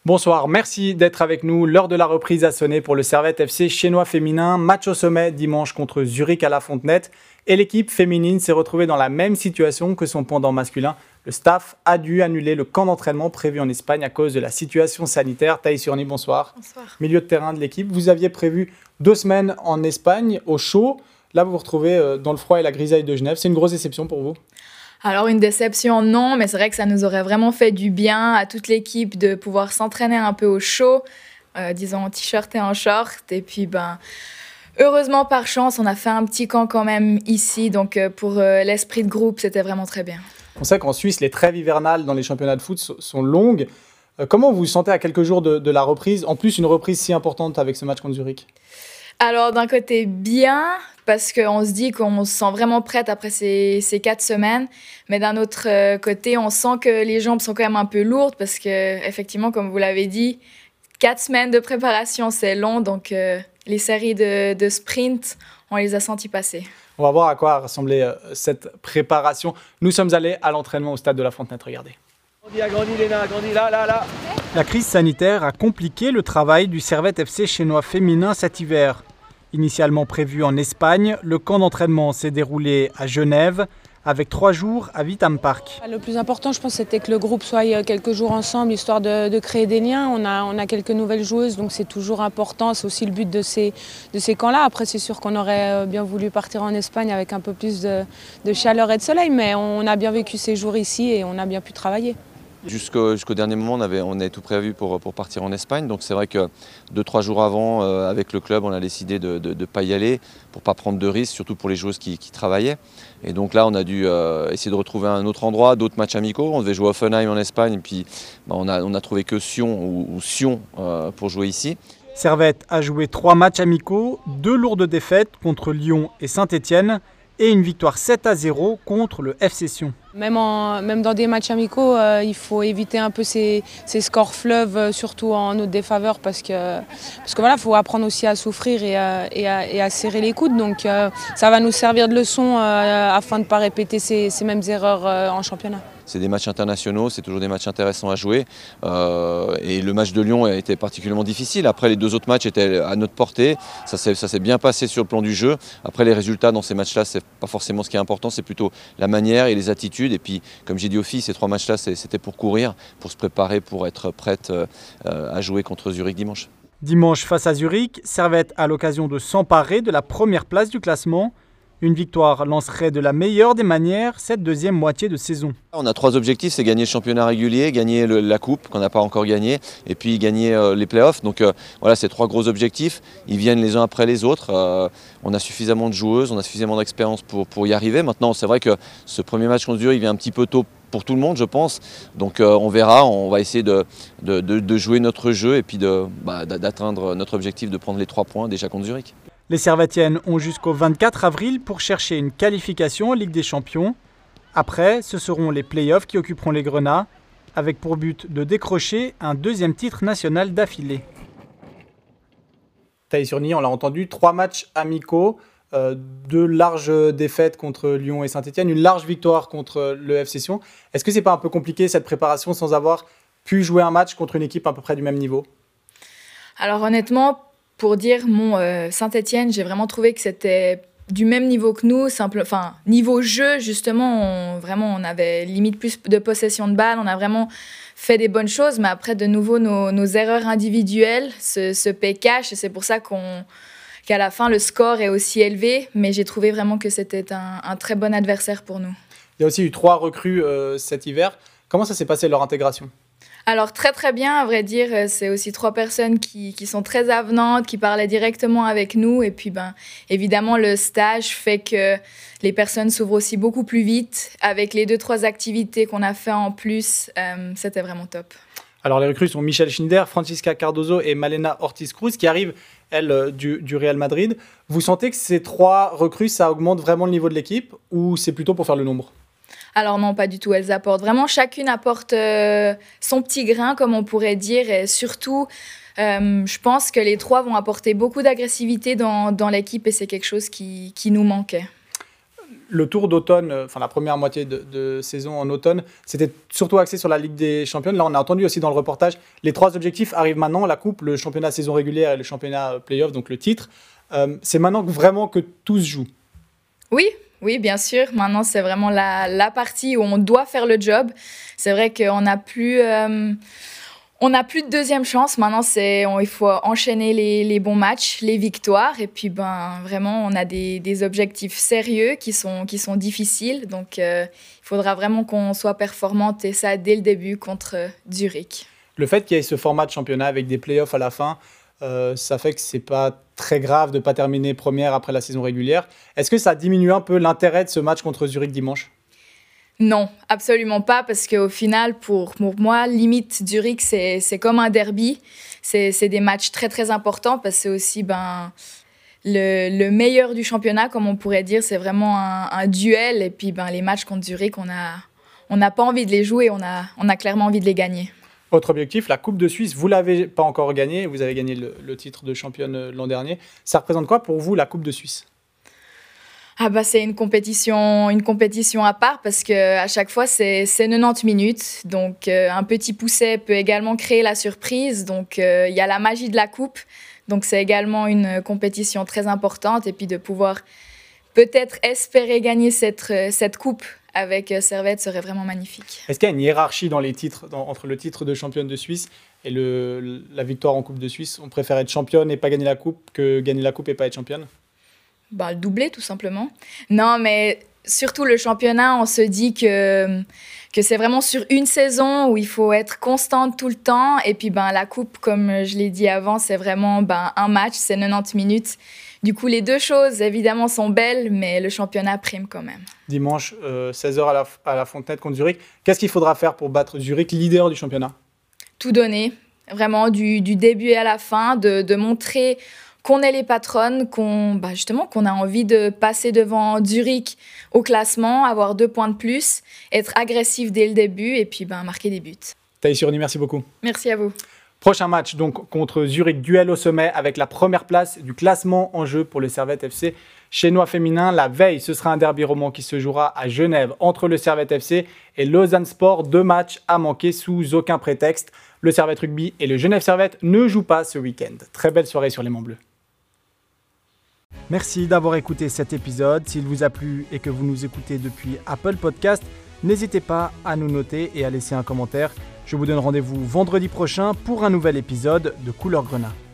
Bonsoir, merci d'être avec nous. L'heure de la reprise a sonné pour le Servette FC chinois féminin. Match au sommet dimanche contre Zurich à la Fontenette. Et l'équipe féminine s'est retrouvée dans la même situation que son pendant masculin. Le staff a dû annuler le camp d'entraînement prévu en Espagne à cause de la situation sanitaire. Thaïs Surny, bonsoir. Bonsoir. Milieu de terrain de l'équipe. Vous aviez prévu 2 semaines en Espagne, au chaud. Là, vous vous retrouvez dans le froid et la grisaille de Genève. C'est une grosse déception pour vous? Alors une déception, non, mais c'est vrai que ça nous aurait vraiment fait du bien à toute l'équipe de pouvoir s'entraîner un peu au chaud, disons en t-shirt et en short. Et puis, heureusement, par chance, on a fait un petit camp quand même ici. Donc pour l'esprit de groupe, c'était vraiment très bien. On sait qu'en Suisse, les trêves hivernales dans les championnats de foot sont longues. Comment vous vous sentez à quelques jours de la reprise? En plus, une reprise si importante avec ce match contre Zurich. Alors d'un côté bien, parce qu'on se dit qu'on se sent vraiment prête après ces 4 semaines. Mais d'un autre côté, on sent que les jambes sont quand même un peu lourdes parce que, effectivement, comme vous l'avez dit, 4 semaines de préparation, c'est long. Donc les séries de sprint, on les a sentis passer. On va voir à quoi a ressemblé cette préparation. Nous sommes allés à l'entraînement au stade de la Fontenette, regardez. Agrandis Léna, agrandis là. La crise sanitaire a compliqué le travail du Servette FC chinois féminin cet hiver. Initialement prévu en Espagne, le camp d'entraînement s'est déroulé à Genève avec 3 jours à Vitam Park. Le plus important, je pense, c'était que le groupe soit quelques jours ensemble, histoire de créer des liens. On a quelques nouvelles joueuses, donc c'est toujours important. C'est aussi le but de ces camps-là. Après, c'est sûr qu'on aurait bien voulu partir en Espagne avec un peu plus de chaleur et de soleil, mais on a bien vécu ces jours ici et on a bien pu travailler. Jusqu'au dernier moment, on avait tout prévu pour partir en Espagne. Donc c'est vrai que 2-3 jours avant, avec le club, on a décidé de ne pas y aller pour ne pas prendre de risques, surtout pour les joueuses qui travaillaient. Et donc là, on a dû essayer de retrouver un autre endroit, d'autres matchs amicaux. On devait jouer à Offenheim en Espagne, et puis on a trouvé que Sion pour jouer ici. Servette a joué 3 matchs amicaux, 2 lourdes défaites contre Lyon et Saint-Étienne et une victoire 7-0 contre le FC Sion. Même dans des matchs amicaux, il faut éviter un peu ces scores fleuves, surtout en notre défaveur, parce que voilà, faut apprendre aussi à souffrir et à serrer les coudes. Donc ça va nous servir de leçon afin de ne pas répéter ces mêmes erreurs en championnat. C'est des matchs internationaux, c'est toujours des matchs intéressants à jouer. Et le match de Lyon a été particulièrement difficile. Après, les 2 autres matchs étaient à notre portée. Ça s'est bien passé sur le plan du jeu. Après, les résultats dans ces matchs-là, c'est pas forcément ce qui est important, c'est plutôt la manière et les attitudes. Et puis, comme j'ai dit aux filles, ces 3 matchs-là, c'était pour courir, pour se préparer, pour être prête à jouer contre Zurich dimanche. Dimanche face à Zurich, Servette a l'occasion de s'emparer de la première place du classement. Une victoire lancerait de la meilleure des manières cette deuxième moitié de saison. On a 3 objectifs, c'est gagner le championnat régulier, gagner la coupe qu'on n'a pas encore gagnée et puis gagner les playoffs. Donc voilà, c'est 3 gros objectifs, ils viennent les uns après les autres. On a suffisamment de joueuses, on a suffisamment d'expérience pour y arriver. Maintenant, c'est vrai que ce premier match contre Zurich, il vient un petit peu tôt pour tout le monde, je pense. Donc on verra, on va essayer de jouer notre jeu et puis d'atteindre notre objectif de prendre les 3 points déjà contre Zurich. Les Servettiennes ont jusqu'au 24 avril pour chercher une qualification en Ligue des Champions. Après, ce seront les playoffs qui occuperont les Grenats, avec pour but de décrocher un 2e titre national d'affilée. Thaïs Surny, on l'a entendu, 3 matchs amicaux, 2 larges défaites contre Lyon et Saint-Étienne, une large victoire contre le FC Sion. Est-ce que c'est pas un peu compliqué cette préparation sans avoir pu jouer un match contre une équipe à peu près du même niveau? Alors honnêtement, pour dire Saint-Étienne, j'ai vraiment trouvé que c'était du même niveau que nous, niveau jeu justement, on avait limite plus de possession de balle, on a vraiment fait des bonnes choses, mais après de nouveau nos erreurs individuelles se paient cash et c'est pour ça qu'à la fin le score est aussi élevé, mais j'ai trouvé vraiment que c'était un très bon adversaire pour nous. Il y a aussi eu 3 recrues cet hiver. Comment ça s'est passé leur intégration? Alors très très bien, à vrai dire, c'est aussi 3 personnes qui sont très avenantes, qui parlaient directement avec nous et puis évidemment le stage fait que les personnes s'ouvrent aussi beaucoup plus vite avec les 2-3 activités qu'on a fait en plus, c'était vraiment top. Alors les recrues sont Michel Schneider, Francisca Cardozo et Malena Ortiz-Cruz qui arrivent, elles, du Real Madrid. Vous sentez que ces 3 recrues, ça augmente vraiment le niveau de l'équipe ou c'est plutôt pour faire le nombre? Alors non, pas du tout. Elles apportent vraiment, chacune apporte son petit grain, comme on pourrait dire. Et surtout, je pense que les 3 vont apporter beaucoup d'agressivité dans l'équipe et c'est quelque chose qui nous manquait. le tour d'automne, enfin la première moitié de saison en automne, c'était surtout axé sur la Ligue des Champions. Là, on a entendu aussi dans le reportage, les 3 objectifs arrivent maintenant, la coupe, le championnat saison régulière et le championnat play-off, donc le titre. C'est maintenant vraiment que tout se joue. Oui, bien sûr. Maintenant, c'est vraiment la partie où on doit faire le job. C'est vrai qu'on n'a plus... On n'a plus de deuxième chance. Maintenant, il faut enchaîner les bons matchs, les victoires. Et puis, vraiment, on a des objectifs sérieux qui sont difficiles. Donc, il faudra vraiment qu'on soit performante et ça dès le début contre Zurich. Le fait qu'il y ait ce format de championnat avec des playoffs à la fin, ça fait que c'est pas très grave de ne pas terminer première après la saison régulière. Est-ce que ça diminue un peu l'intérêt de ce match contre Zurich dimanche ? Non, absolument pas, parce qu'au final, pour moi, limite, Zurich, c'est comme un derby. C'est des matchs très, très importants, parce que c'est aussi le meilleur du championnat, comme on pourrait dire. C'est vraiment un duel. Et puis, les matchs contre Zurich, on n'a pas envie de les jouer, on a clairement envie de les gagner. Votre objectif, la Coupe de Suisse, vous ne l'avez pas encore gagnée. Vous avez gagné le titre de championne l'an dernier. Ça représente quoi pour vous, la Coupe de Suisse ? C'est une compétition à part parce qu'à chaque fois, c'est 90 minutes. Donc, un petit pousset peut également créer la surprise. Donc, il y a la magie de la coupe. Donc, c'est également une compétition très importante. Et puis, de pouvoir peut-être espérer gagner cette coupe avec Servette serait vraiment magnifique. Est-ce qu'il y a une hiérarchie dans les titres, entre le titre de championne de Suisse et la victoire en Coupe de Suisse ? On préfère être championne et pas gagner la coupe que gagner la coupe et pas être championne ? Le doublé, tout simplement. Non, mais surtout le championnat, on se dit que c'est vraiment sur une saison où il faut être constante tout le temps. Et puis, la coupe, comme je l'ai dit avant, c'est vraiment un match, c'est 90 minutes. Du coup, les deux choses, évidemment, sont belles, mais le championnat prime quand même. Dimanche, 16h à la Fontenette contre Zurich. Qu'est-ce qu'il faudra faire pour battre Zurich, leader du championnat ? Tout donner, vraiment, du début à la fin, de montrer qu'on est les patronnes, qu'on a envie de passer devant Zurich au classement, avoir 2 points de plus, être agressif dès le début et puis marquer des buts. Thaïs Urni, merci beaucoup. Merci à vous. Prochain match donc contre Zurich, duel au sommet avec la première place du classement en jeu pour le Servette FC Chénois féminin. La veille, ce sera un derby roman qui se jouera à Genève entre le Servette FC et Lausanne Sport. 2 matchs à manquer sous aucun prétexte. Le Servette Rugby et le Genève Servette ne jouent pas ce week-end. Très belle soirée sur les Mants Bleus. Merci d'avoir écouté cet épisode. S'il vous a plu et que vous nous écoutez depuis Apple Podcast, n'hésitez pas à nous noter et à laisser un commentaire. Je vous donne rendez-vous vendredi prochain pour un nouvel épisode de Couleur Grenat.